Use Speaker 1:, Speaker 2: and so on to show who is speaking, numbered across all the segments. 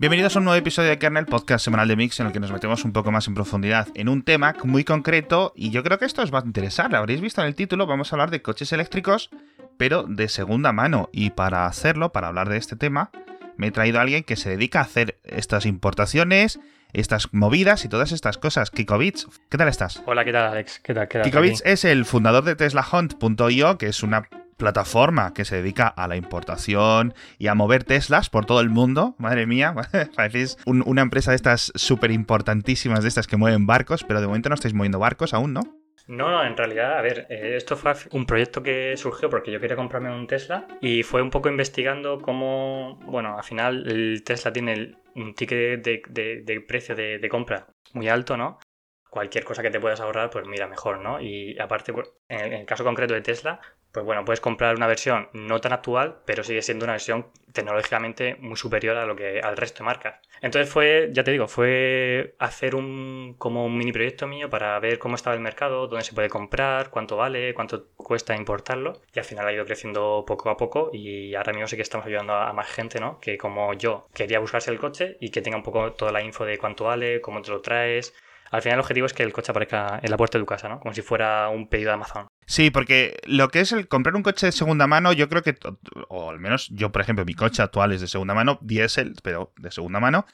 Speaker 1: Bienvenidos a un nuevo episodio de Kernel, podcast semanal de Mix, en el que nos metemos un poco más en profundidad en un tema muy concreto, y yo creo que esto os va a interesar. Lo habréis visto en el título, vamos a hablar de coches eléctricos, pero de segunda mano. Y para hacerlo, para hablar de este tema, me he traído a alguien que se dedica a hacer estas importaciones, estas movidas y todas estas cosas. Kiko Bits, ¿qué tal estás?
Speaker 2: Hola, ¿qué tal, Alex? ¿Qué tal?
Speaker 1: Kiko Bits es el fundador de TeslaHunt.io, que es una plataforma que se dedica a la importación y a mover Teslas por todo el mundo. Madre mía, parecéis una empresa de estas súper importantísimas, de estas que mueven barcos, pero de momento no estáis moviendo barcos aún, ¿no?
Speaker 2: No, en realidad, a ver, esto fue un proyecto que surgió porque yo quería comprarme un Tesla y fue un poco investigando cómo, bueno, al final el Tesla tiene un ticket de precio de compra muy alto, ¿no? Cualquier cosa que te puedas ahorrar, pues mira, mejor, ¿no? Y aparte, en el caso concreto de Tesla, pues bueno, puedes comprar una versión no tan actual, pero sigue siendo una versión tecnológicamente muy superior a lo que al resto de marcas. Entonces fue hacer como un mini proyecto mío para ver cómo estaba el mercado, dónde se puede comprar, cuánto vale, cuánto cuesta importarlo, y al final ha ido creciendo poco a poco, y ahora mismo sí que estamos ayudando a más gente, ¿no? Que como yo quería buscarse el coche y que tenga un poco toda la info de cuánto vale, cómo te lo traes. Al final el objetivo es que el coche aparezca en la puerta de tu casa, ¿no? Como si fuera un pedido de Amazon.
Speaker 1: Sí, porque lo que es el comprar un coche de segunda mano, yo creo que, o al menos yo, por ejemplo, mi coche actual es de segunda mano, diésel, pero de segunda mano,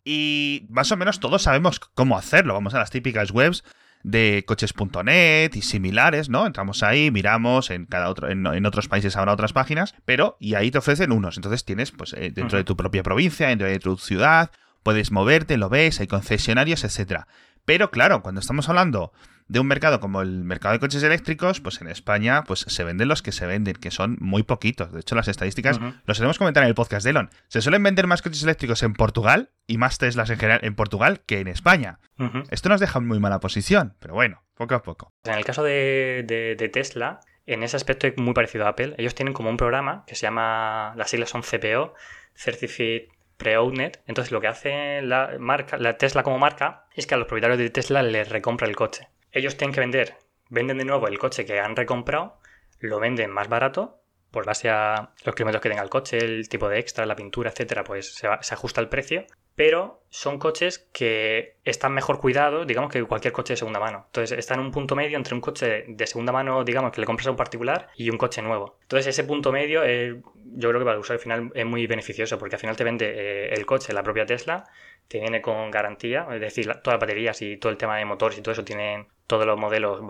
Speaker 1: y más o menos todos sabemos cómo hacerlo. Vamos a las típicas webs de coches.net y similares, ¿no? Entramos ahí, miramos, en otros países habrá otras páginas, y ahí te ofrecen unos. Entonces tienes, pues, dentro de tu propia provincia, dentro de tu ciudad, puedes moverte, lo ves, hay concesionarios, etcétera. Pero claro, cuando estamos hablando de un mercado como el mercado de coches eléctricos, pues en España pues se venden los que se venden, que son muy poquitos. De hecho, las estadísticas los solemos comentar en el podcast de Elon. Se suelen vender más coches eléctricos en Portugal y más Teslas en general en Portugal que en España. Esto nos deja en muy mala posición, pero bueno, poco a poco.
Speaker 2: En el caso de Tesla, en ese aspecto es muy parecido a Apple. Ellos tienen como un programa que se llama, las siglas son CPO, Certificate Pre-Owned. Entonces lo que hace la Tesla como marca es que a los propietarios de Tesla les recompra el coche. Ellos tienen que venden de nuevo el coche que han recomprado, lo venden más barato, por base a los kilómetros que tenga el coche, el tipo de extra, la pintura, etcétera, pues se ajusta el precio, pero son coches que están mejor cuidados, digamos, que cualquier coche de segunda mano. Entonces está en un punto medio entre un coche de segunda mano, digamos, que le compras a un particular, y un coche nuevo. Entonces ese punto medio, yo creo que para el usuario final es muy beneficioso, porque al final te vende el coche, la propia Tesla, te viene con garantía, es decir, todas las baterías y todo el tema de motores y todo eso tienen todos los modelos,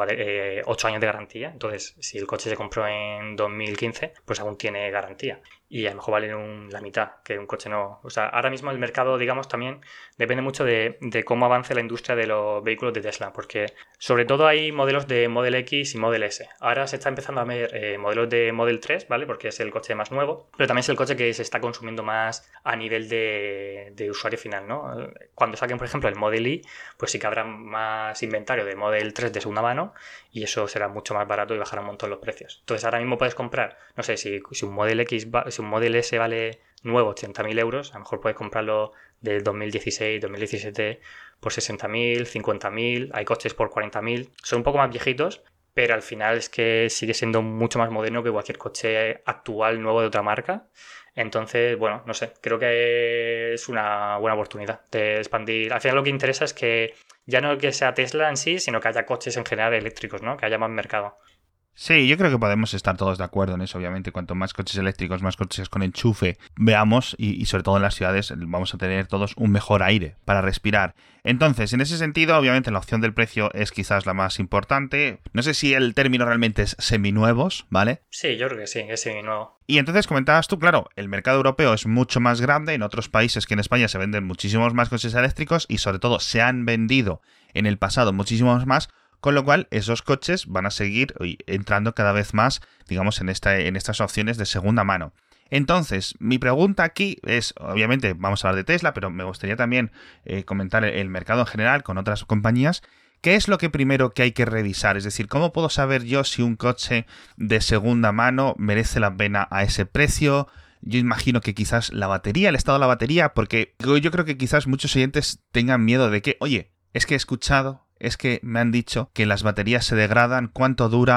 Speaker 2: 8 años de garantía. Entonces, si el coche se compró en 2015, pues aún tiene garantía. Y a lo mejor vale la mitad que un coche nuevo. O sea, ahora mismo el mercado, digamos, también depende mucho de cómo avance la industria de los vehículos de Tesla. Porque sobre todo hay modelos de Model X y Model S. Ahora se está empezando a ver modelos de Model 3, ¿vale? Porque es el coche más nuevo. Pero también es el coche que se está consumiendo más a nivel de usuario final, ¿no? Cuando saquen, por ejemplo, el Model Y, pues sí que habrá más inventario de Model 3 de segunda mano, y eso será mucho más barato y bajará un montón los precios. Entonces ahora mismo puedes comprar, no sé, si un Model X, si un Model S vale nuevo 80.000 euros, a lo mejor puedes comprarlo del 2016, 2017 por 60.000, 50.000, hay coches por 40.000, son un poco más viejitos, pero al final es que sigue siendo mucho más moderno que cualquier coche actual nuevo de otra marca. Entonces, bueno, no sé, creo que es una buena oportunidad de expandir. Al final lo que interesa es que ya no que sea Tesla en sí, sino que haya coches en general eléctricos, ¿no? Que haya más mercado.
Speaker 1: Sí, yo creo que podemos estar todos de acuerdo en eso, obviamente. Cuanto más coches eléctricos, más coches con enchufe veamos, y sobre todo en las ciudades, vamos a tener todos un mejor aire para respirar. Entonces, en ese sentido, obviamente la opción del precio es quizás la más importante. No sé si el término realmente es seminuevos, ¿vale?
Speaker 2: Sí, yo creo que sí, es seminuevo.
Speaker 1: Y entonces comentabas tú, claro, el mercado europeo es mucho más grande. En otros países que en España se venden muchísimos más coches eléctricos, y sobre todo se han vendido en el pasado muchísimos más. Con lo cual, esos coches van a seguir entrando cada vez más, digamos, en estas opciones de segunda mano. Entonces, mi pregunta aquí es, obviamente, vamos a hablar de Tesla, pero me gustaría también comentar el mercado en general con otras compañías. ¿Qué es lo que primero que hay que revisar? Es decir, ¿cómo puedo saber yo si un coche de segunda mano merece la pena a ese precio? Yo imagino que quizás la batería, el estado de la batería, porque yo creo que quizás muchos oyentes tengan miedo de que, oye, es que he escuchado, es que me han dicho que las baterías se degradan, cuánto duran,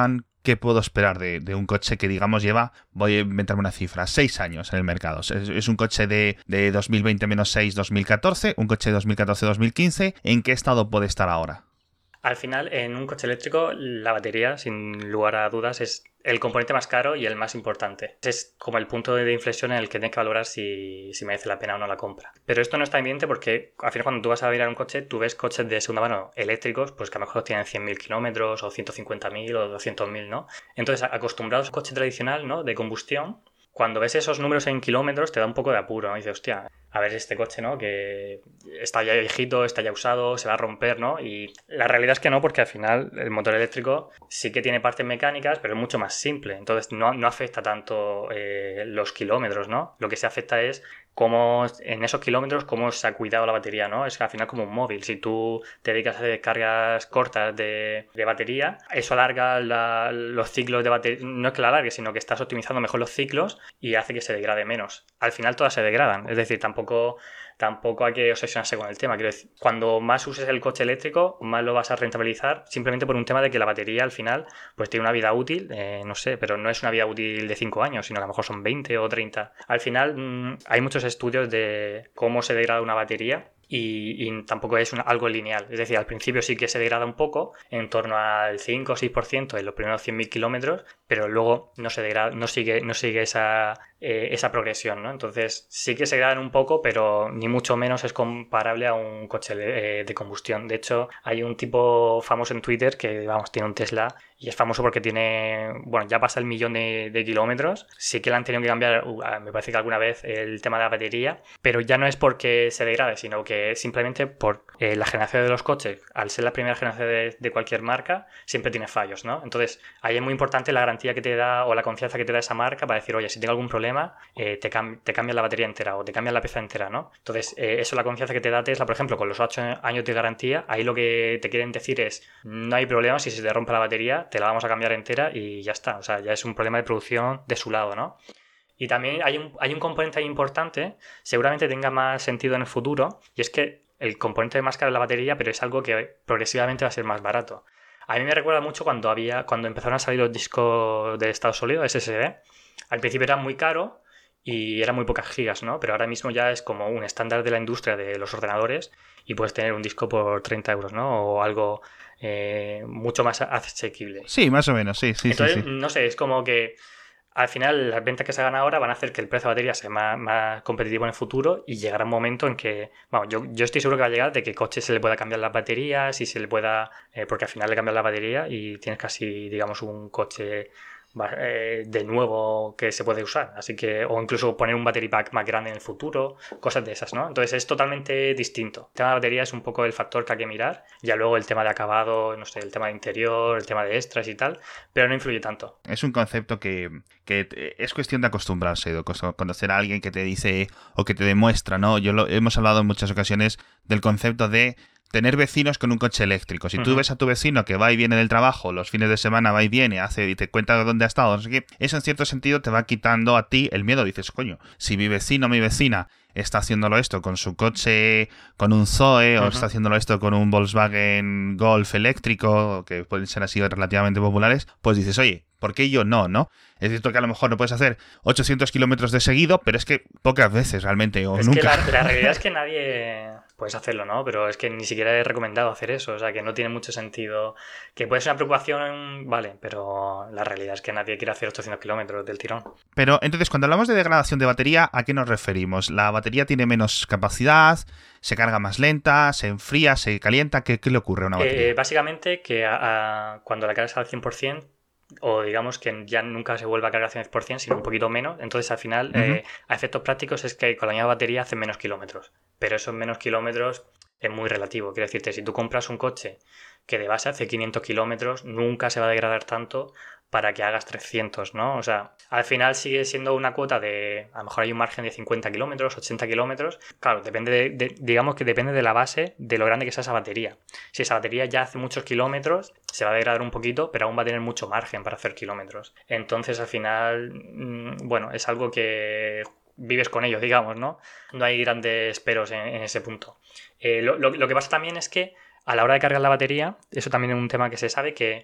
Speaker 1: ¿qué puedo esperar de un coche que, digamos, lleva, voy a inventarme una cifra, 6 años en el mercado? Es un coche de 2020-6, 2014, un coche de 2014-2015. ¿En qué estado puede estar ahora?
Speaker 2: Al final, en un coche eléctrico, la batería, sin lugar a dudas, es el componente más caro y el más importante. Es como el punto de inflexión en el que tienes que valorar si merece la pena o no la compra. Pero esto no está evidente porque, al final, cuando tú vas a mirar un coche, tú ves coches de segunda mano eléctricos, pues que a lo mejor tienen 100.000 kilómetros o 150.000 o 200.000, ¿no? Entonces, acostumbrados a coche tradicional, ¿no?, de combustión, cuando ves esos números en kilómetros te da un poco de apuro, ¿no? Y dices, hostia, a ver este coche, ¿no?, que está ya viejito, está ya usado, se va a romper, ¿no? Y la realidad es que no, porque al final el motor eléctrico sí que tiene partes mecánicas, pero es mucho más simple. Entonces no afecta tanto los kilómetros, ¿no? Lo que se afecta es cómo en esos kilómetros cómo se ha cuidado la batería, ¿no? Es al final como un móvil. Si tú te dedicas a hacer cargas cortas de batería, eso alarga los ciclos de batería. No es que la alargue, sino que estás optimizando mejor los ciclos y hace que se degrade menos. Al final todas se degradan. Es decir, tampoco hay que obsesionarse con el tema. Quiero decir, cuando más uses el coche eléctrico, más lo vas a rentabilizar, simplemente por un tema de que la batería al final pues tiene una vida útil, no sé, pero no es una vida útil de 5 años, sino a lo mejor son 20 o 30. Al final hay muchos estudios de cómo se degrada una batería. Y tampoco es algo lineal. Es decir, al principio sí que se degrada un poco, en torno al 5 o 6% en los primeros 100.000 kilómetros, pero luego no se degrada, no sigue esa progresión, ¿no? Entonces sí que se degradan un poco, pero ni mucho menos es comparable a un coche de combustión. De hecho, hay un tipo famoso en Twitter que, vamos, tiene un Tesla y es famoso porque tiene, bueno, ya pasa el 1.000.000 de kilómetros. Sí que le han tenido que cambiar, me parece que alguna vez, el tema de la batería, pero ya no es porque se degrade, sino que simplemente por la generación de los coches, al ser la primera generación de cualquier marca, siempre tiene fallos, ¿no? Entonces, ahí es muy importante la garantía que te da o la confianza que te da esa marca para decir, oye, si tengo algún problema, te cambian la batería entera o te cambian la pieza entera, ¿no? Entonces, eso es la confianza que te da Tesla, por ejemplo, con los 8 años de garantía. Ahí lo que te quieren decir es, no hay problema, si se te rompe la batería, te la vamos a cambiar entera y ya está. O sea, ya es un problema de producción de su lado, ¿no? Y también hay un componente ahí importante, seguramente tenga más sentido en el futuro, y es que el componente más caro es la batería, pero es algo que progresivamente va a ser más barato. A mí me recuerda mucho cuando empezaron a salir los discos de estado sólido, SSD. Al principio era muy caro y eran muy pocas gigas, ¿no? Pero ahora mismo ya es como un estándar de la industria de los ordenadores y puedes tener un disco por 30 euros, ¿no? O algo mucho más asequible.
Speaker 1: Sí, más o menos, sí.
Speaker 2: Entonces,
Speaker 1: Sí.
Speaker 2: no sé, es como que al final las ventas que se hagan ahora van a hacer que el precio de batería sea más competitivo en el futuro y llegará un momento en que, vamos, yo estoy seguro que va a llegar de que coche se le pueda cambiar las baterías y se le pueda, porque al final le cambias la batería y tienes casi, digamos, un coche de nuevo que se puede usar, así que, o incluso poner un battery pack más grande en el futuro, cosas de esas, ¿no? Entonces es totalmente distinto. El tema de batería es un poco el factor que hay que mirar, ya luego el tema de acabado, no sé, el tema de interior, el tema de extras y tal, pero no influye tanto.
Speaker 1: Es un concepto que es cuestión de acostumbrarse, de conocer a alguien que te dice o que te demuestra, ¿no? Hemos hablado en muchas ocasiones del concepto de tener vecinos con un coche eléctrico. Si tú ves a tu vecino que va y viene del trabajo, los fines de semana va y viene, hace y te cuenta dónde ha estado, no sé qué, eso en cierto sentido te va quitando a ti el miedo. Dices, coño, si mi vecino o mi vecina está haciéndolo esto con su coche, con un Zoe, o está haciéndolo esto con un Volkswagen Golf eléctrico, que pueden ser así relativamente populares, pues dices, oye, ¿por qué yo no? Es cierto que a lo mejor no puedes hacer 800 kilómetros de seguido, pero es que pocas veces realmente, o
Speaker 2: es
Speaker 1: nunca.
Speaker 2: Que la realidad es que nadie puedes hacerlo, ¿no? Pero es que ni siquiera he recomendado hacer eso, o sea, que no tiene mucho sentido. Que puede ser una preocupación, vale, pero la realidad es que nadie quiere hacer 800 kilómetros del tirón.
Speaker 1: Pero entonces, cuando hablamos de degradación de batería, ¿a qué nos referimos? ¿La batería tiene menos capacidad? ¿Se carga más lenta? ¿Se enfría? ¿Se calienta? ¿Qué le ocurre a una batería?
Speaker 2: Básicamente que cuando la cargas al 100%, o digamos que ya nunca se vuelve a cargar al 100%, sino un poquito menos, entonces al final, a efectos prácticos, es que con la misma batería hace menos kilómetros. Pero esos menos kilómetros es muy relativo. Quiero decirte, si tú compras un coche que de base hace 500 kilómetros, nunca se va a degradar tanto para que hagas 300, ¿no? O sea, al final sigue siendo una cuota de, a lo mejor hay un margen de 50 kilómetros, 80 kilómetros. Claro, depende digamos que depende de la base, de lo grande que sea esa batería. Si esa batería ya hace muchos kilómetros, se va a degradar un poquito, pero aún va a tener mucho margen para hacer kilómetros. Entonces, al final, bueno, es algo que vives con ello, digamos, ¿no? No hay grandes peros en ese punto. Lo que pasa también es que a la hora de cargar la batería, eso también es un tema que se sabe, que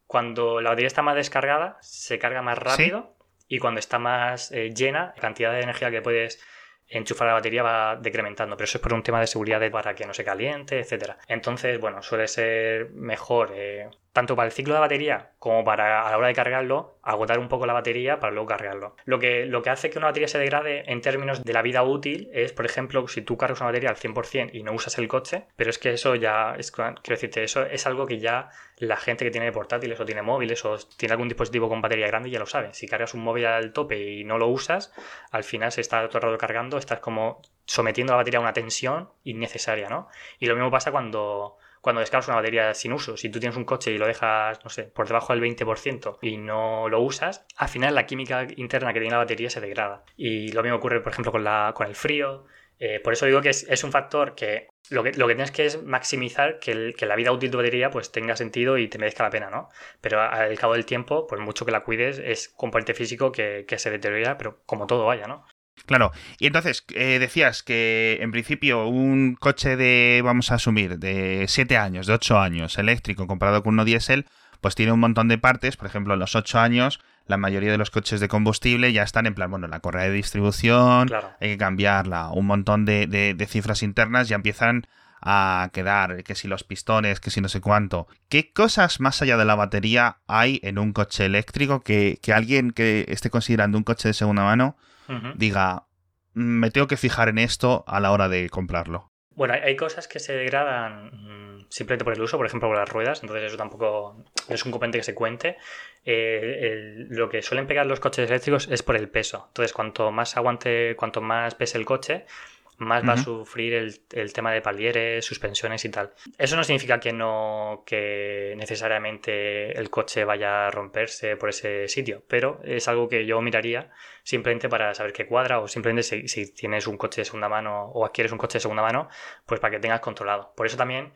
Speaker 2: Cuando la batería está más descargada, se carga más rápido. ¿Sí? Y cuando está más llena, la cantidad de energía que puedes enchufar a la batería va decrementando, pero eso es por un tema de seguridad para que no se caliente, etcétera. Entonces, bueno, suele ser mejor tanto para el ciclo de batería como para a la hora de cargarlo, agotar un poco la batería para luego cargarlo. Lo que hace que una batería se degrade en términos de la vida útil es, por ejemplo, si tú cargas una batería al 100% y no usas el coche, pero es que eso ya, quiero decirte, eso es algo que ya la gente que tiene portátiles o tiene móviles o tiene algún dispositivo con batería grande ya lo sabe. Si cargas un móvil al tope y no lo usas, al final se está todo el rato cargando, estás como sometiendo la batería a una tensión innecesaria, ¿no? Y lo mismo pasa cuando descargas una batería sin uso. Si tú tienes un coche y lo dejas, no sé, por debajo del 20% y no lo usas, al final la química interna que tiene la batería se degrada. Y lo mismo ocurre, por ejemplo, con el frío. Por eso digo que es un factor que lo que tienes que es maximizar que la vida útil de tu batería pues tenga sentido y te merezca la pena, ¿no? Pero al cabo del tiempo, pues mucho que la cuides, es componente físico que se deteriora, pero como todo vaya, ¿no?
Speaker 1: Claro, y entonces decías que en principio un coche de, vamos a asumir, de 7 años, de 8 años, eléctrico comparado con uno diésel, pues tiene un montón de partes. Por ejemplo, en los 8 años la mayoría de los coches de combustible ya están en plan, bueno, la correa de distribución, claro, hay que cambiarla, un montón de cifras internas ya empiezan a quedar, que si los pistones, que si no sé cuánto. ¿Qué cosas más allá de la batería hay en un coche eléctrico que alguien que esté considerando un coche de segunda mano diga, me tengo que fijar en esto a la hora de comprarlo?
Speaker 2: Bueno, hay cosas que se degradan simplemente por el uso, por ejemplo, por las ruedas, entonces eso tampoco es un componente que se cuente. Lo que suelen pegar los coches eléctricos es por el peso. Entonces, cuanto más aguante, cuanto más pese el coche, más va a sufrir el tema de palieres, suspensiones y tal. Eso no significa que necesariamente el coche vaya a romperse por ese sitio, pero es algo que yo miraría simplemente para saber qué cuadra, o simplemente si tienes un coche de segunda mano o adquieres un coche de segunda mano, pues para que tengas controlado. Por eso también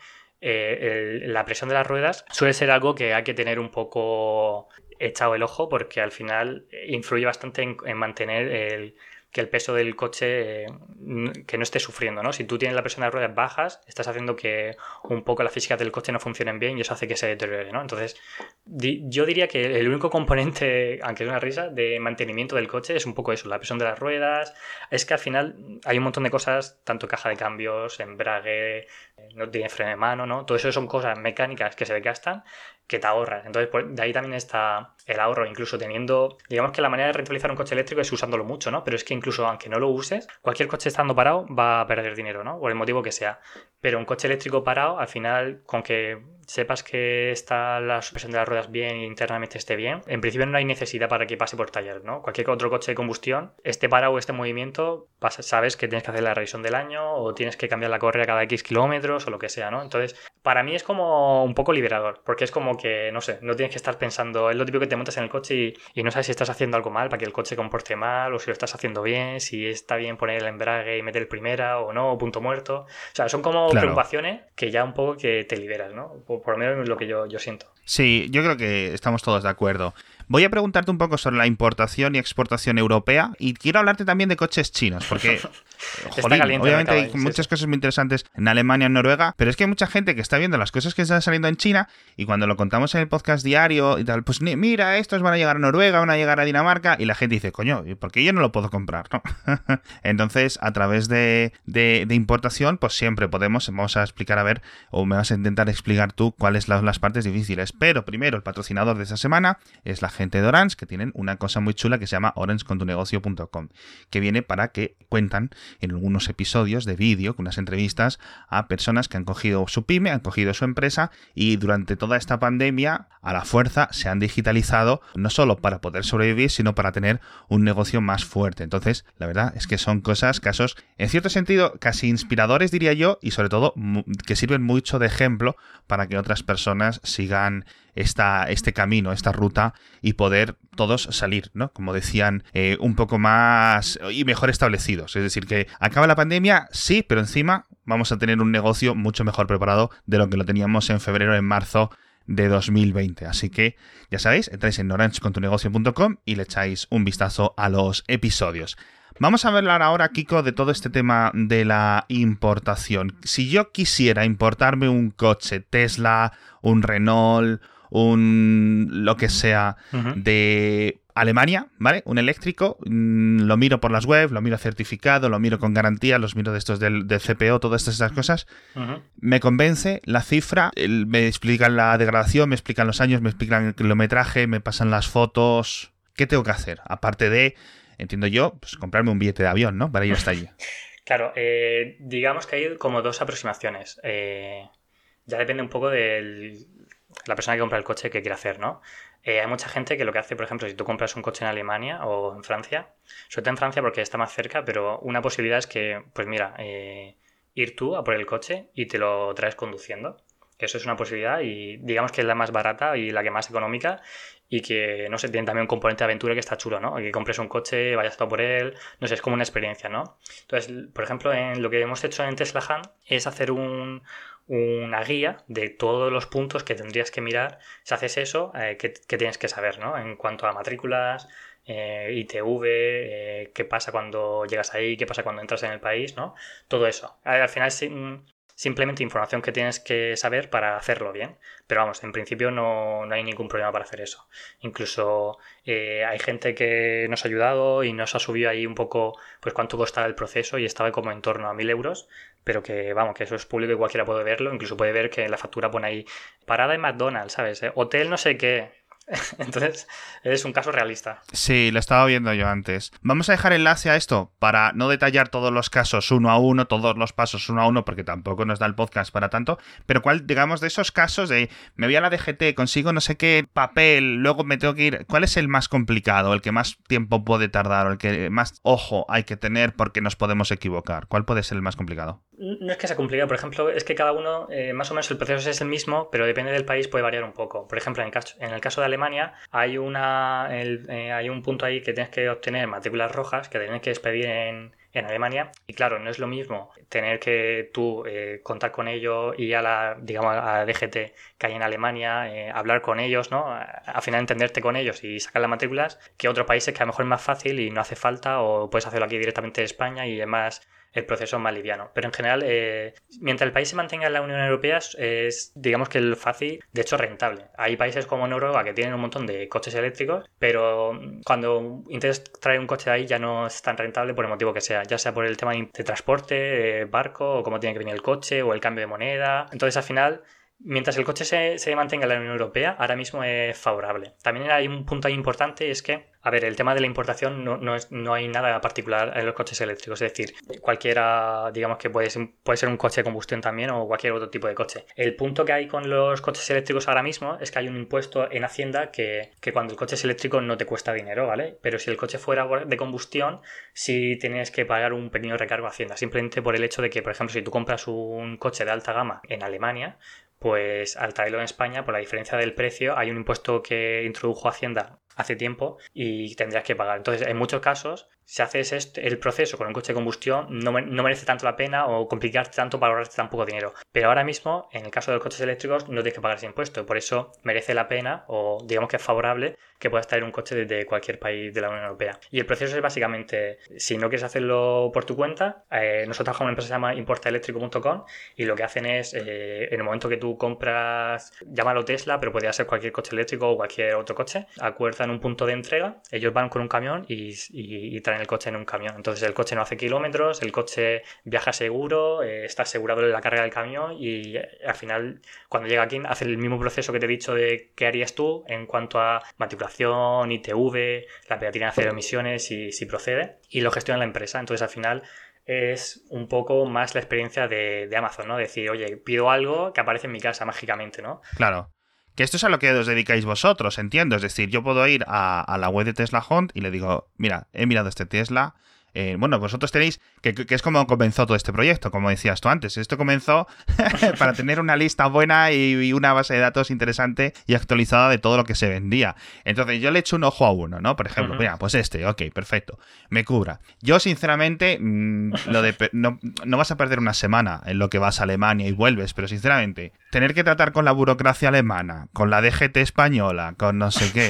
Speaker 2: la presión de las ruedas suele ser algo que hay que tener un poco echado el ojo, porque al final influye bastante en mantener que el peso del coche que no esté sufriendo, ¿no? Si tú tienes la presión de las ruedas bajas, estás haciendo que un poco las físicas del coche no funcionen bien y eso hace que se deteriore, ¿no? Entonces, yo diría que el único componente, aunque es una risa, de mantenimiento del coche es un poco eso, la presión de las ruedas. Es que al final hay un montón de cosas, tanto caja de cambios, embrague, no tiene freno de mano, ¿no? Todo eso son cosas mecánicas que se desgastan, que te ahorras. Entonces, pues, de ahí también está el ahorro, incluso teniendo, digamos que la manera de rentabilizar un coche eléctrico es usándolo mucho, ¿no? Pero es que incluso aunque no lo uses, cualquier coche estando parado va a perder dinero, ¿no? Por el motivo que sea. Pero un coche eléctrico parado, al final, con que sepas que está la suspensión de las ruedas bien y internamente esté bien, en principio no hay necesidad para que pase por taller, ¿no? Cualquier otro coche de combustión, esté parado o esté en movimiento, sabes que tienes que hacer la revisión del año o tienes que cambiar la correa cada X kilómetros o lo que sea, ¿no? Entonces, para mí es como un poco liberador, porque es como que, no sé, no tienes que estar pensando, es lo típico que te montas en el coche y no sabes si estás haciendo algo mal para que el coche comporte mal o si lo estás haciendo bien, si está bien poner el embrague y meter primera o no, o punto muerto. O sea, son como preocupaciones que ya un poco que te liberas, ¿no? Por lo menos es lo que yo siento.
Speaker 1: Sí, yo creo que estamos todos de acuerdo. Voy a preguntarte un poco sobre la importación y exportación europea y quiero hablarte también de coches chinos, porque jolín, obviamente hay muchas cosas muy interesantes en Alemania, en Noruega, pero es que hay mucha gente que está viendo las cosas que están saliendo en China y cuando lo contamos en el podcast diario y tal, pues mira, estos van a llegar a Noruega, van a llegar a Dinamarca y la gente dice, coño, ¿por qué yo no lo puedo comprar? ¿No? Entonces, a través de importación, pues siempre vamos a explicar, a ver, o me vas a intentar explicar tú cuáles son las partes difíciles. Pero primero, el patrocinador de esa semana es la gente de Orange, que tienen una cosa muy chula que se llama orangecontunegocio.com, que viene para que cuentan en algunos episodios de vídeo, con unas entrevistas a personas que han cogido su pyme, han cogido su empresa y durante toda esta pandemia, a la fuerza, se han digitalizado, no solo para poder sobrevivir, sino para tener un negocio más fuerte. Entonces, la verdad es que son casos, en cierto sentido, casi inspiradores, diría yo, y sobre todo que sirven mucho de ejemplo para que otras personas sigan este camino, esta ruta y poder todos salir, ¿no? Como decían, un poco más y mejor establecidos. Es decir, que acaba la pandemia, sí, pero encima vamos a tener un negocio mucho mejor preparado de lo que lo teníamos en febrero, en marzo de 2020. Así que, ya sabéis, entráis en orangecontunegocio.com y le echáis un vistazo a los episodios. Vamos a hablar ahora, Kiko, de todo este tema de la importación. Si yo quisiera importarme un coche Tesla, un Renault lo que sea de Alemania, ¿vale? Un eléctrico, lo miro por las webs, lo miro certificado, lo miro con garantía, los miro de estos del CPO, todas esas cosas. Me convence la cifra, me explican la degradación, me explican los años, me explican el kilometraje, me pasan las fotos. ¿Qué tengo que hacer? Aparte de, entiendo yo, pues comprarme un billete de avión, ¿no? Para ir hasta allí.
Speaker 2: Claro, digamos que hay como dos aproximaciones. Ya depende un poco de la persona que compra el coche que quiere hacer, ¿no? Hay mucha gente que lo que hace, por ejemplo, si tú compras un coche en Alemania o en Francia, sobre todo en Francia porque está más cerca, pero una posibilidad es que, pues mira, ir tú a por el coche y te lo traes conduciendo. Eso es una posibilidad y digamos que es la más barata y la que más económica y que, no sé, tiene también un componente de aventura que está chulo, ¿no? Que compres un coche, vayas todo por él, no sé, es como una experiencia, ¿no? Entonces, por ejemplo, en lo que hemos hecho en Tesla Hunt es hacer una guía de todos los puntos que tendrías que mirar si haces eso, que tienes que saber, ¿no? En cuanto a matrículas, ITV, qué pasa cuando llegas ahí, qué pasa cuando entras en el país, ¿no? Todo eso. Al final es simplemente información que tienes que saber para hacerlo bien. Pero vamos, en principio no hay ningún problema para hacer eso. Incluso hay gente que nos ha ayudado y nos ha subido ahí un poco pues cuánto costaba el proceso y estaba como en torno a 1.000 euros. Pero que, vamos, que eso es público y cualquiera puede verlo. Incluso puede ver que en la factura pone ahí parada en McDonald's, ¿sabes? Hotel no sé qué. Entonces, es un caso realista.
Speaker 1: Sí, lo estaba viendo yo antes. Vamos a dejar enlace a esto para no detallar todos los casos uno a uno, todos los pasos uno a uno, porque tampoco nos da el podcast para tanto. Pero cuál, digamos, de esos casos de me voy a la DGT, consigo no sé qué papel, luego me tengo que ir. ¿Cuál es el más complicado, el que más tiempo puede tardar o el que más ojo hay que tener porque nos podemos equivocar? ¿Cuál puede ser el más complicado?
Speaker 2: No es que sea complicado, por ejemplo, es que cada uno, más o menos el proceso es el mismo, pero depende del país, puede variar un poco. Por ejemplo, en el caso de Alemania hay un punto ahí que tienes que obtener matrículas rojas que tienes que expedir en Alemania, y claro, no es lo mismo tener que tú contar con ello y a la DGT que hay en Alemania, hablar con ellos, ¿no? Al final entenderte con ellos y sacar las matrículas, que otros países que a lo mejor es más fácil y no hace falta, o puedes hacerlo aquí directamente en España y es más, el proceso es más liviano. Pero en general, mientras el país se mantenga en la Unión Europea, es digamos que el fácil, de hecho, rentable. Hay países como Noruega que tienen un montón de coches eléctricos, pero cuando intentas traer un coche de ahí ya no es tan rentable por el motivo que sea, ya sea por el tema de transporte, barco, o cómo tiene que venir el coche, o el cambio de moneda. Entonces, al final, mientras el coche se mantenga en la Unión Europea, ahora mismo es favorable. También hay un punto ahí importante, es que, a ver, el tema de la importación no hay nada particular en los coches eléctricos. Es decir, cualquiera, digamos que puede ser un coche de combustión también o cualquier otro tipo de coche. El punto que hay con los coches eléctricos ahora mismo es que hay un impuesto en Hacienda que cuando el coche es eléctrico no te cuesta dinero, ¿vale? Pero si el coche fuera de combustión, sí tienes que pagar un pequeño recargo a Hacienda. Simplemente por el hecho de que, por ejemplo, si tú compras un coche de alta gama en Alemania, pues al traerlo en España, por la diferencia del precio, hay un impuesto que introdujo Hacienda hace tiempo y tendrías que pagar. Entonces, en muchos casos, si haces el proceso con un coche de combustión, no merece tanto la pena o complicarte tanto para ahorrarte tan poco dinero. Pero ahora mismo, en el caso de los coches eléctricos, no tienes que pagar ese impuesto. Por eso merece la pena, o digamos que es favorable, que puedas traer un coche desde cualquier país de la Unión Europea. Y el proceso es básicamente, si no quieres hacerlo por tu cuenta, nosotros trabajamos en una empresa que se llama importaeléctrico.com y lo que hacen es, en el momento que tú compras, llámalo Tesla, pero podría ser cualquier coche eléctrico o cualquier otro coche, acuerdan un punto de entrega, ellos van con un camión y traen el coche en un camión. Entonces el coche no hace kilómetros, el coche viaja seguro, está asegurado la carga del camión y al final, cuando llega aquí, hace el mismo proceso que te he dicho de qué harías tú en cuanto a matriculación, ITV, la pegatina de cero emisiones, si procede, y lo gestiona la empresa. Entonces al final es un poco más la experiencia de Amazon, ¿no? Decir, oye, pido algo que aparece en mi casa mágicamente, ¿no?
Speaker 1: Claro. Que esto es a lo que os dedicáis vosotros, entiendo. Es decir, yo puedo ir a la web de Tesla Hunt y le digo, mira, he mirado este Tesla. Bueno, vosotros tenéis, que es como comenzó todo este proyecto, como decías tú antes. Esto comenzó para tener una lista buena y una base de datos interesante y actualizada de todo lo que se vendía. Entonces yo le echo un ojo a uno, ¿no? Por ejemplo, mira, pues ok, perfecto, me cubra. Yo, sinceramente, no vas a perder una semana en lo que vas a Alemania y vuelves, pero sinceramente, tener que tratar con la burocracia alemana, con la DGT española, con no sé qué...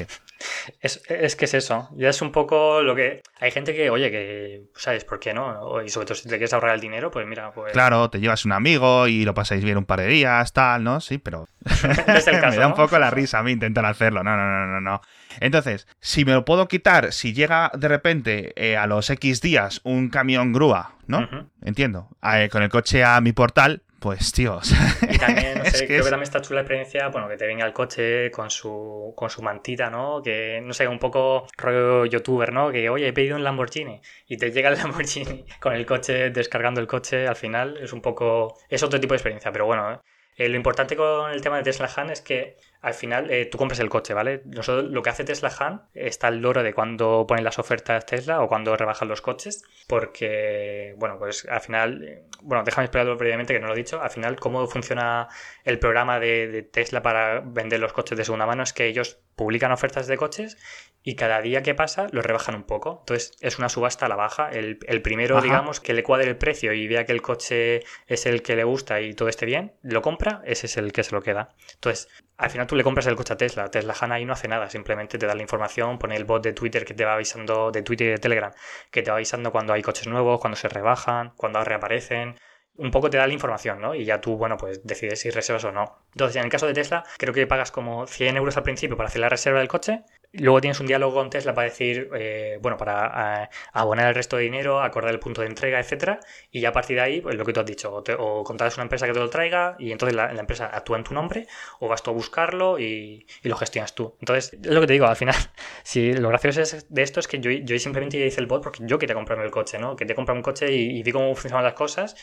Speaker 2: Es que es eso. Ya es un poco lo que... Hay gente que, oye, que, ¿sabes por qué no? Y sobre todo si te quieres ahorrar el dinero, pues mira, pues...
Speaker 1: Claro, te llevas un amigo y lo pasáis bien un par de días, tal, ¿no? Sí, pero
Speaker 2: No es el
Speaker 1: me
Speaker 2: caso,
Speaker 1: da un
Speaker 2: ¿no?
Speaker 1: poco la risa a mí intentar hacerlo. No, no, no, no, no. Entonces, si me lo puedo quitar, si llega de repente a los X días un camión grúa, ¿no?
Speaker 2: Ujú.
Speaker 1: Entiendo. Con el coche a mi portal, pues, tío, o sea,
Speaker 2: Y también, no
Speaker 1: es
Speaker 2: sé,
Speaker 1: que
Speaker 2: creo que
Speaker 1: es...
Speaker 2: también está chula la experiencia, bueno, que te venga el coche con su mantita, ¿no? Que, no sé, un poco rollo youtuber, ¿no? Que, oye, he pedido un Lamborghini y te llega el Lamborghini con el coche, descargando el coche, al final es un poco... Es otro tipo de experiencia, pero bueno, ¿eh? Lo importante con el tema de Tesla Han es que al final tú compras el coche, ¿vale? Nosotros, lo que hace Tesla Han, está el loro de cuando ponen las ofertas Tesla o cuando rebajan los coches, porque, bueno, pues al final, bueno, déjame explicarlo brevemente que no lo he dicho, al final cómo funciona el programa de Tesla para vender los coches de segunda mano es que ellos publican ofertas de coches y cada día que pasa los rebajan un poco. Entonces es una subasta a la baja. El primero,
Speaker 1: Ajá.
Speaker 2: digamos, que le cuadre el precio y vea que el coche es el que le gusta y todo esté bien, lo compra, ese es el que se lo queda. Entonces, al final tú le compras el coche a Tesla. Tesla Han ahí no hace nada, simplemente te da la información, pone el bot de Twitter que te va avisando, de Twitter y de Telegram, que te va avisando cuando hay coches nuevos, cuando se rebajan, cuando reaparecen. Un poco te da la información, ¿no? Y ya tú, bueno, pues decides si reservas o no. Entonces, en el caso de Tesla, creo que pagas como 100 euros al principio para hacer la reserva del coche. Luego tienes un diálogo con Tesla para decir, bueno, para abonar el resto de dinero, acordar el punto de entrega, etcétera. Y ya a partir de ahí, pues lo que tú has dicho, o contratas una empresa que te lo traiga y entonces la empresa actúa en tu nombre, o vas tú a buscarlo y lo gestionas tú. Entonces, es lo que te digo, al final, sí, lo gracioso de esto es que yo simplemente hice el bot porque yo quería comprarme el coche, ¿no? Quería comprarme un coche y vi cómo funcionaban las cosas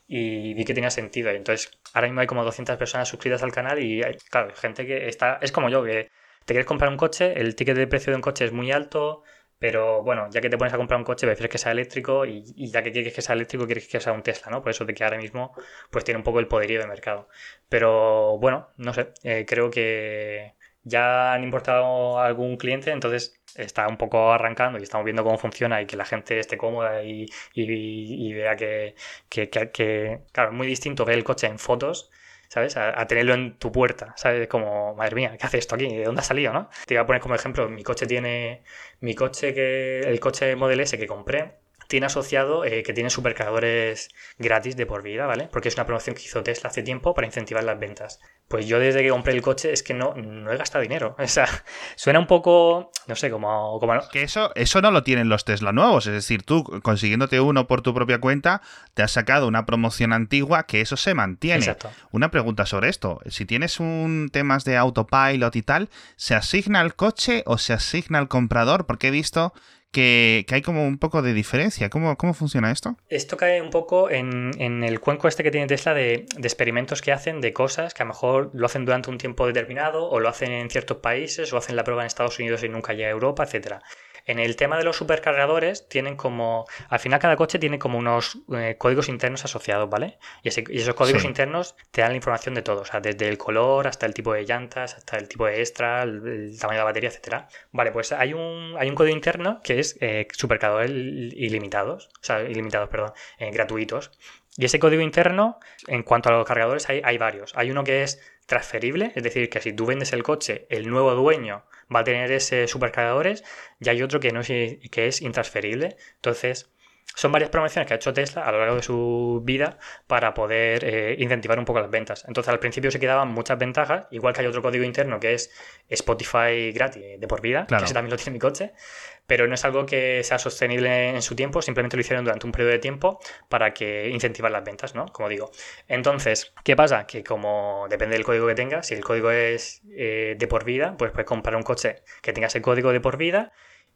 Speaker 2: y vi que tenía sentido. Y entonces, ahora mismo hay como 200 personas suscritas al canal y hay, claro, gente que está, es como yo, que te quieres comprar un coche, el ticket de precio de un coche es muy alto, pero bueno, ya que te pones a comprar un coche, prefieres que sea eléctrico y ya que quieres que sea eléctrico, quieres que sea un Tesla, ¿no? Por eso de que ahora mismo pues tiene un poco el poderío de mercado. Pero bueno, no sé, creo que ya han importado a algún cliente, entonces está un poco arrancando y estamos viendo cómo funciona y que la gente esté cómoda y vea claro, es muy distinto ver el coche en fotos, ¿sabes? A tenerlo en tu puerta, ¿sabes? Como, madre mía, ¿qué hace esto aquí? ¿De dónde ha salido, no? Te iba a poner como ejemplo, el coche Model S que compré, tiene asociado que tiene supercargadores gratis de por vida, ¿vale? Porque es una promoción que hizo Tesla hace tiempo para incentivar las ventas. Pues yo desde que compré el coche es que no he gastado dinero. O sea, suena un poco, no sé, como
Speaker 1: Es que eso no lo tienen los Tesla nuevos. Es decir, tú consiguiéndote uno por tu propia cuenta, te has sacado una promoción antigua que eso se mantiene.
Speaker 2: Exacto.
Speaker 1: Una pregunta sobre esto. Si tienes un temas de autopilot y tal, ¿se asigna al coche o se asigna al comprador? Porque he visto que hay como un poco de diferencia. ¿Cómo funciona esto?
Speaker 2: Esto cae un poco en el cuenco este que tiene Tesla de experimentos que hacen de cosas que a lo mejor lo hacen durante un tiempo determinado o lo hacen en ciertos países o hacen la prueba en Estados Unidos y nunca llega a Europa, etcétera. En el tema de los supercargadores tienen como... Al final cada coche tiene como unos códigos internos asociados, ¿vale? Y esos códigos
Speaker 1: Sí.
Speaker 2: internos te dan la información de todo, o sea, desde el color hasta el tipo de llantas, hasta el tipo de extra, el tamaño de la batería, etcétera. Vale, pues hay un código interno que es supercargadores ilimitados, o sea, ilimitados, perdón, gratuitos. Y ese código interno, en cuanto a los cargadores, hay varios. Hay uno que es transferible, es decir, que si tú vendes el coche, el nuevo dueño va a tener ese supercargadores, y hay otro que no es, que es intransferible. Entonces, son varias promociones que ha hecho Tesla a lo largo de su vida para poder incentivar un poco las ventas. Entonces, al principio se quedaban muchas ventajas, igual que hay otro código interno que es Spotify gratis de por vida, que ese
Speaker 1: Claro.
Speaker 2: también lo tiene mi coche, pero no es algo que sea sostenible en su tiempo, simplemente lo hicieron durante un periodo de tiempo para que incentivar las ventas, ¿no? Como digo. Entonces, ¿qué pasa? Que como depende del código que tengas, si el código es de por vida, pues puedes comprar un coche que tenga ese código de por vida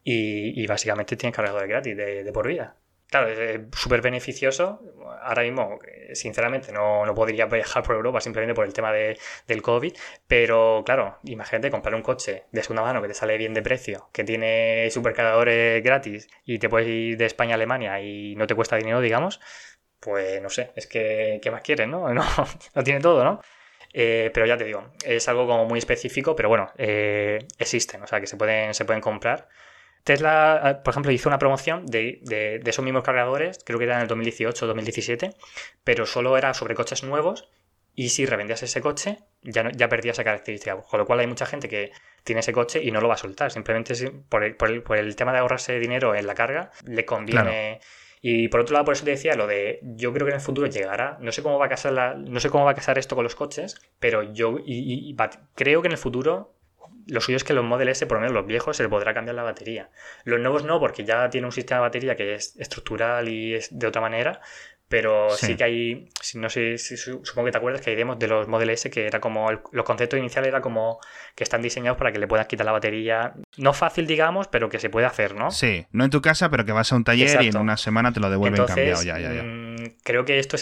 Speaker 2: y básicamente tienes cargadores gratis de por vida. Claro, es súper beneficioso. Ahora mismo, sinceramente, no podría viajar por Europa simplemente por el tema del COVID. Pero claro, imagínate comprar un coche de segunda mano que te sale bien de precio, que tiene supercargadores gratis y te puedes ir de España a Alemania y no te cuesta dinero, digamos. Pues no sé, es que, ¿qué más quieres, no? No, lo tiene todo, ¿no? Pero ya te digo, es algo como muy específico, pero bueno, existen, o sea que se pueden comprar. Tesla, por ejemplo, hizo una promoción de esos mismos cargadores, creo que era en el 2018 o 2017, pero solo era sobre coches nuevos y si revendías ese coche ya perdía esa característica. Con lo cual hay mucha gente que tiene ese coche y no lo va a soltar. Simplemente por el tema de ahorrarse dinero en la carga, le conviene. Claro. Y por otro lado, por eso te decía lo de, yo creo que en el futuro llegará, no sé cómo va a casar esto con los coches, pero creo que en el futuro lo suyo es que los Model S, por lo menos los viejos, se les podrá cambiar la batería. Los nuevos no, porque ya tiene un sistema de batería que es estructural y es de otra manera. Pero sí que hay, no sé, supongo que te acuerdas que hay demos de los Model S que era como, los conceptos iniciales era como que están diseñados para que le puedas quitar la batería, no fácil digamos, pero que se puede hacer, ¿no?
Speaker 1: Sí, no en tu casa, pero que vas a un taller. Exacto. Y en una semana te lo devuelven.
Speaker 2: Entonces,
Speaker 1: cambiado. Ya.
Speaker 2: Creo que esto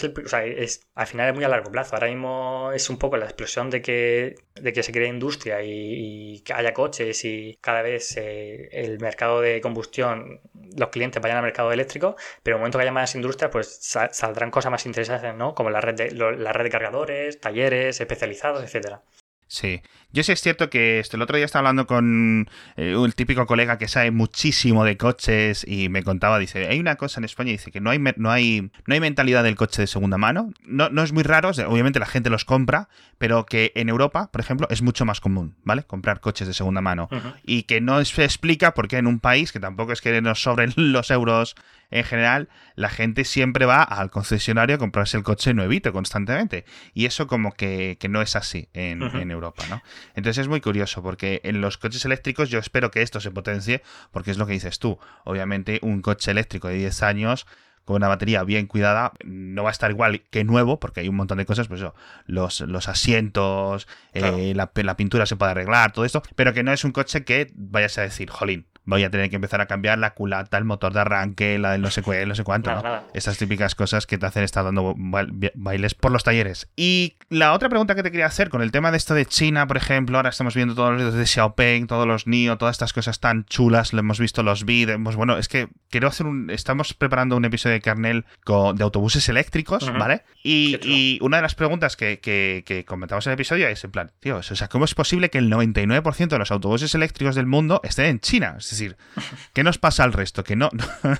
Speaker 2: al final es muy a largo plazo. Ahora mismo es un poco la explosión de que se cree industria y que haya coches y cada vez el mercado de combustión, los clientes vayan al mercado eléctrico, pero en el momento que haya más industria, pues saldrán cosas más interesantes, ¿no? Como la red de cargadores, talleres especializados, etcétera.
Speaker 1: Sí, yo sí es cierto que el otro día estaba hablando con un típico colega que sabe muchísimo de coches y me contaba, dice, hay una cosa en España, dice que no hay mentalidad del coche de segunda mano, no es muy raro, obviamente la gente los compra, pero que en Europa, por ejemplo, es mucho más común, ¿vale? Comprar coches de segunda mano. Uh-huh. Y que no se explica por qué en un país, que tampoco es que nos sobren los euros en general, la gente siempre va al concesionario a comprarse el coche nuevito constantemente. Y eso como que no es así en Europa, ¿no? Entonces es muy curioso porque en los coches eléctricos yo espero que esto se potencie porque es lo que dices tú. Obviamente un coche eléctrico de 10 años con una batería bien cuidada no va a estar igual que nuevo porque hay un montón de cosas, pues eso, los asientos, claro. La pintura se puede arreglar, todo esto, pero que no es un coche que vayas a decir, jolín, voy a tener que empezar a cambiar la culata, el motor de arranque, la del no sé cuánto, ¿no? Nada. Estas típicas cosas que te hacen estar dando bailes por los talleres. Y la otra pregunta que te quería hacer con el tema de esto de China, por ejemplo, ahora estamos viendo todos los vídeos de Xiaopeng, todos los NIO, todas estas cosas tan chulas, lo hemos visto los vídeos, bueno, es que quiero hacer estamos preparando un episodio de Kernel de autobuses eléctricos, uh-huh. ¿Vale? Y una de las preguntas que comentamos en el episodio es en plan, tío, o sea, ¿cómo es posible que el 99% de los autobuses eléctricos del mundo estén en China? Es decir, ¿qué nos pasa al resto? Que no.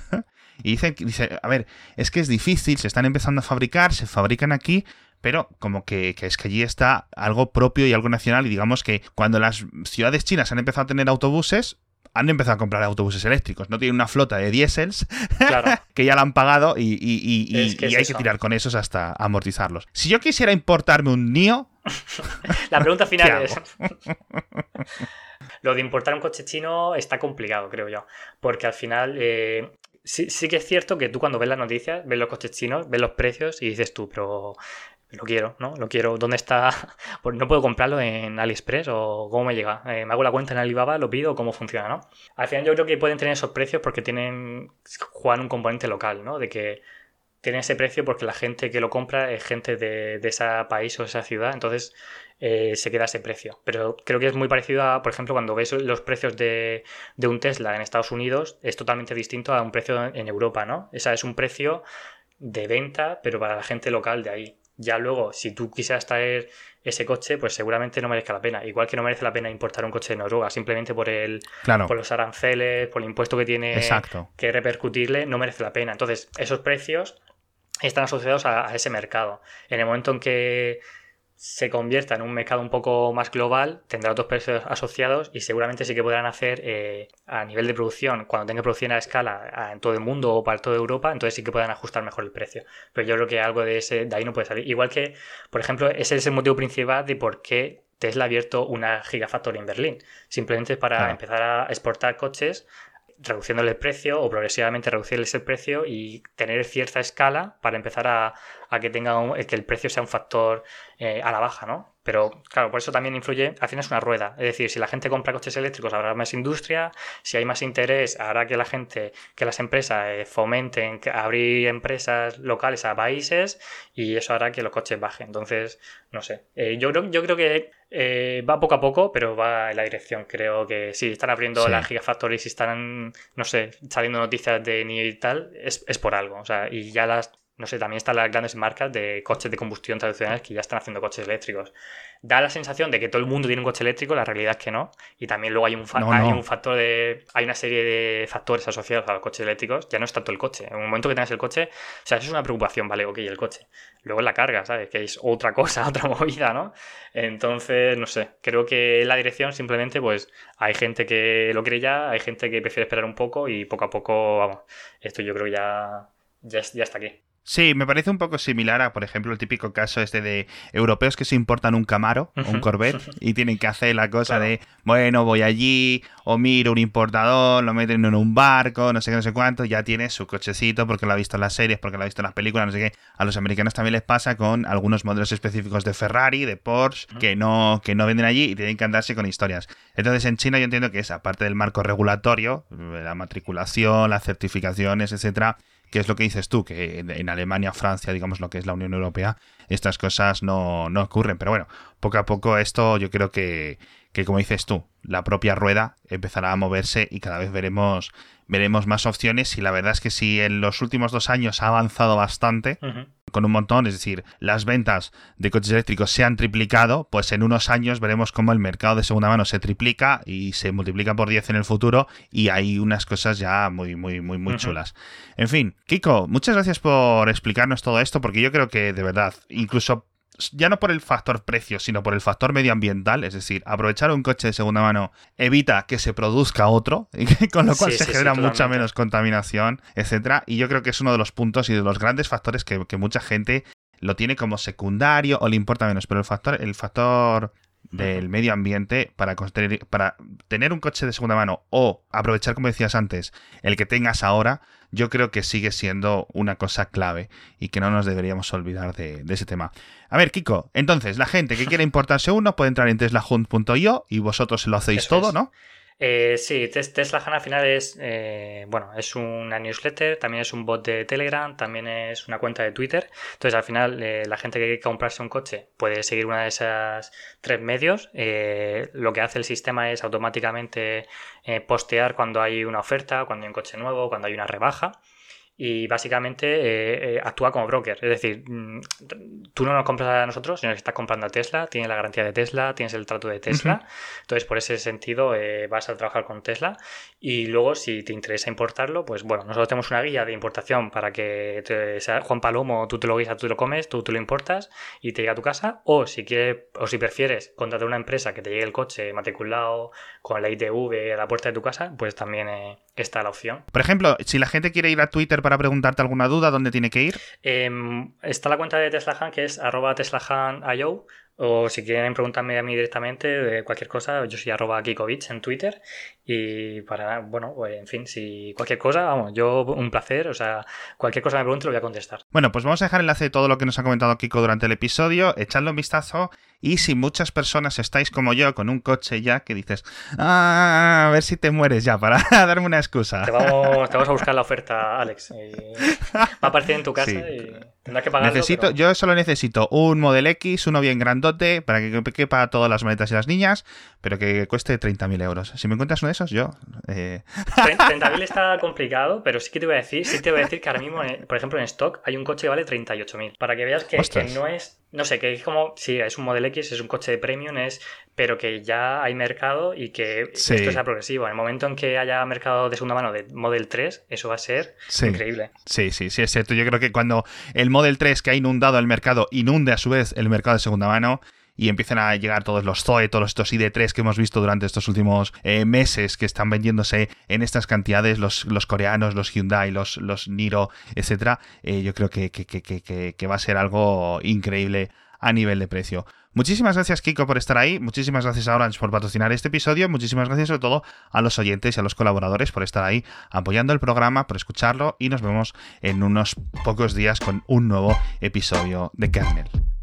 Speaker 1: Y dice, a ver, es que es difícil, se están empezando a fabricar, se fabrican aquí, pero como que es que allí está algo propio y algo nacional. Y digamos que cuando las ciudades chinas han empezado a tener autobuses, han empezado a comprar autobuses eléctricos. No tienen una flota de diésels, claro. Que ya la han pagado y hay que tirar con esos hasta amortizarlos. Si yo quisiera importarme un NIO...
Speaker 2: La pregunta final es... Lo de importar un coche chino está complicado, creo yo. Porque al final... sí que es cierto que tú cuando ves las noticias, ves los coches chinos, ves los precios y dices tú, pero... Lo quiero, ¿no? Lo quiero. ¿Dónde está? Pues no puedo comprarlo en AliExpress o cómo me llega. Me hago la cuenta en Alibaba, lo pido, cómo funciona, ¿no? Al final yo creo que pueden tener esos precios porque juegan un componente local, ¿no? De que tienen ese precio porque la gente que lo compra es gente de ese país o esa ciudad, entonces se queda ese precio. Pero creo que es muy parecido a, por ejemplo, cuando ves los precios de un Tesla en Estados Unidos, es totalmente distinto a un precio en Europa, ¿no? Ese es un precio de venta, pero para la gente local de ahí. Ya luego, si tú quisieras traer ese coche, pues seguramente no merezca la pena. Igual que no merece la pena importar un coche de Noruega, simplemente por los aranceles, por el impuesto que tiene que repercutirle, no merece la pena. Entonces, esos precios están asociados a ese mercado. En el momento en que se convierta en un mercado un poco más global, tendrá otros precios asociados y seguramente sí que podrán hacer a nivel de producción, cuando tenga producción a escala en todo el mundo o para toda Europa, entonces sí que puedan ajustar mejor el precio. Pero yo creo que algo de ahí no puede salir. Igual que, por ejemplo, ese es el motivo principal de por qué Tesla ha abierto una Gigafactory en Berlín. Simplemente para empezar a exportar coches reduciéndole el precio o progresivamente reducirles el precio y tener cierta escala para empezar a que que el precio sea un factor a la baja, ¿no? Pero claro, por eso también influye, al final es una rueda, es decir, si la gente compra coches eléctricos habrá más industria, si hay más interés hará que las empresas fomenten abrir empresas locales a países y eso hará que los coches bajen. Entonces, no sé, yo creo que va poco a poco, pero va en la dirección. Creo que sí, están abriendo las Gigafactories y están, no sé, saliendo noticias de NIO y tal, es por algo, o sea, y ya las no sé, también están las grandes marcas de coches de combustión tradicionales que ya están haciendo coches eléctricos. Da la sensación de que todo el mundo tiene un coche eléctrico, la realidad es que no. Y también luego hay un factor hay una serie de factores asociados a los coches eléctricos. Ya no es tanto el coche. En un momento que tengas el coche, o sea, eso es una preocupación, vale, ok, el coche. Luego es la carga, ¿sabes? Que es otra cosa, otra movida, ¿no? Entonces, no sé, creo que la dirección simplemente, pues, hay gente que lo cree ya, hay gente que prefiere esperar un poco y poco a poco, vamos, esto yo creo que ya está aquí.
Speaker 1: Sí, me parece un poco similar a, por ejemplo, el típico caso de europeos que se importan un Camaro o un Corvette y tienen que hacer la cosa de, bueno, voy allí o miro un importador, lo meten en un barco, no sé qué, no sé cuánto, ya tiene su cochecito porque lo ha visto en las series, porque lo ha visto en las películas, no sé qué. A los americanos también les pasa con algunos modelos específicos de Ferrari, de Porsche, que no venden allí y tienen que andarse con historias. Entonces, en China yo entiendo que es, aparte del marco regulatorio, la matriculación, las certificaciones, etcétera, que es lo que dices tú, que en Alemania, Francia, digamos lo que es la Unión Europea, estas cosas no ocurren. Pero bueno, poco a poco esto yo creo que como dices tú, la propia rueda empezará a moverse y cada vez veremos más opciones. Y la verdad es que si en los últimos 2 años ha avanzado bastante, con un montón, es decir, las ventas de coches eléctricos se han triplicado, pues en unos años veremos cómo el mercado de segunda mano se triplica y se multiplica por 10 en el futuro y hay unas cosas ya muy chulas. En fin, Kiko, muchas gracias por explicarnos todo esto, porque yo creo que de verdad, incluso ya no por el factor precio, sino por el factor medioambiental, es decir, aprovechar un coche de segunda mano evita que se produzca otro, con lo cual se genera mucha menos contaminación, etcétera. Y yo creo que es uno de los puntos y de los grandes factores que mucha gente lo tiene como secundario o le importa menos, pero el factor del medio ambiente para tener un coche de segunda mano o aprovechar, como decías antes, el que tengas ahora, yo creo que sigue siendo una cosa clave y que no nos deberíamos olvidar de ese tema. A ver, Kiko, entonces, la gente que quiera importarse uno puede entrar en teslahunt.io y vosotros lo hacéis todo, ¿no?
Speaker 2: Sí, Tesla Hunt al final es es una newsletter, también es un bot de Telegram, también es una cuenta de Twitter. Entonces al final la gente que quiere comprarse un coche puede seguir una de esas 3 medios. Lo que hace el sistema es automáticamente postear cuando hay una oferta, cuando hay un coche nuevo, cuando hay una rebaja. Y básicamente actúa como broker. Es decir, tú no nos compras a nosotros, sino que estás comprando a Tesla, tienes la garantía de Tesla, tienes el trato de Tesla. Entonces, por ese sentido, vas a trabajar con Tesla. Y luego, si te interesa importarlo, pues bueno, nosotros tenemos una guía de importación para que sea Juan Palomo, tú te lo guías, tú te lo comes, tú te lo importas y te llega a tu casa. O si prefieres contratar una empresa que te llegue el coche matriculado con la ITV a la puerta de tu casa, pues también está la opción.
Speaker 1: Por ejemplo, si la gente quiere ir a Twitter para preguntarte alguna duda, ¿dónde tiene que ir?
Speaker 2: Está la cuenta de Tesla Hunt, que es @teslahunt.io, o si quieren preguntarme a mí directamente de cualquier cosa, yo soy @Kikovic en Twitter. Y en fin, si cualquier cosa, vamos, yo un placer, o sea, cualquier cosa me pregunte lo voy a contestar.
Speaker 1: Bueno, pues vamos a dejar el enlace de todo lo que nos ha comentado Kiko durante el episodio, echadle un vistazo. Y si muchas personas estáis como yo con un coche ya que dices, a ver si te mueres ya para darme una excusa.
Speaker 2: Te vamos a buscar la oferta, Alex. Va a aparecer en tu casa y tendrás que pagarlo.
Speaker 1: Yo solo necesito un Model X, uno bien grandote, para que quepa todas las maletas y las niñas, pero que cueste 30.000 euros. Si me encuentras uno de esos, yo...
Speaker 2: 30.000 está complicado, pero sí te voy a decir que ahora mismo, por ejemplo, en stock hay un coche que vale 38.000. Para que veas que no es... No sé, que es como... Sí, es un Model X, es un coche de premium, pero que ya hay mercado y que esto sea progresivo. En el momento en que haya mercado de segunda mano de Model 3, eso va a ser increíble.
Speaker 1: Sí, es cierto. Yo creo que cuando el Model 3 que ha inundado el mercado inunde a su vez el mercado de segunda mano y empiezan a llegar todos los Zoe, todos estos ID3 que hemos visto durante estos últimos meses que están vendiéndose en estas cantidades, los coreanos, los Hyundai, los Niro, etcétera, yo creo que va a ser algo increíble a nivel de precio. Muchísimas gracias, Kiko, por estar ahí. Muchísimas gracias a Orange por patrocinar este episodio. Muchísimas gracias sobre todo a los oyentes y a los colaboradores por estar ahí apoyando el programa, por escucharlo y nos vemos en unos pocos días con un nuevo episodio de Kernel.